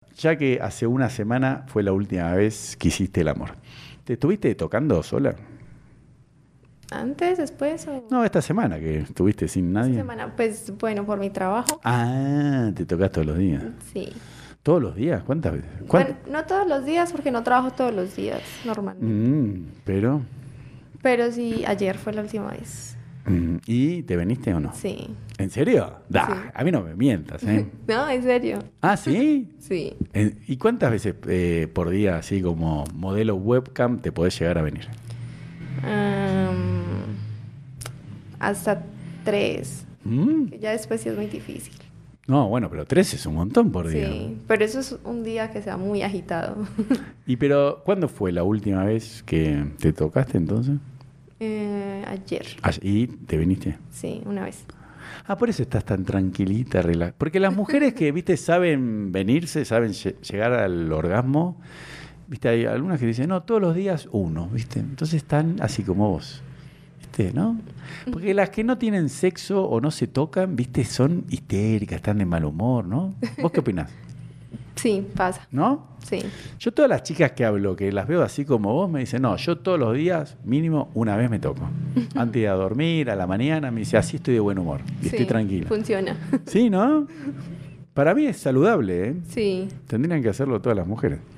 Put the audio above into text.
ya que hace una semana fue la última vez que hiciste el amor. ¿Te estuviste tocando sola? ¿Antes, después o...? No, esta semana que estuviste sin Esta nadie. semana, pues bueno, por mi trabajo. Ah, te tocas todos los días. Sí. ¿Todos los días? ¿Cuántas veces? Bueno, no todos los días porque no trabajo todos los días normalmente. Pero... Pero sí, ayer fue la última vez. ¿Y te veniste o no? Sí. ¿En serio? Da, Sí. a mí no me mientas, ¿eh? No, en serio. ¿Ah, sí? Sí. ¿Y cuántas veces por día, así como modelo webcam, te podés llegar a venir? Hasta 3. ¿Mm? Que ya después sí es muy difícil. No, bueno, pero 3 es un montón por día. Sí, pero eso es un día que sea muy agitado. Pero, ¿cuándo fue la última vez que te tocaste entonces? Ayer. ¿Y te viniste? Sí, una vez. Ah, por eso estás tan tranquilita, porque las mujeres que, viste, saben venirse, saben llegar al orgasmo, viste, hay algunas que dicen, no, todos los días uno, viste, entonces están así como vos, viste, ¿no? Porque las que no tienen sexo o no se tocan, viste, son histéricas, están de mal humor, ¿no? ¿Vos qué opinás? Sí, pasa. ¿No? Sí. Yo todas las chicas que hablo, que las veo así como vos, me dicen, no, yo todos los días, mínimo, una vez me toco. Antes de ir a dormir, a la mañana, me dice, así estoy de buen humor y Sí, estoy tranquila. funciona. Sí, ¿no? Para mí es saludable, ¿eh? Sí. Tendrían que hacerlo todas las mujeres.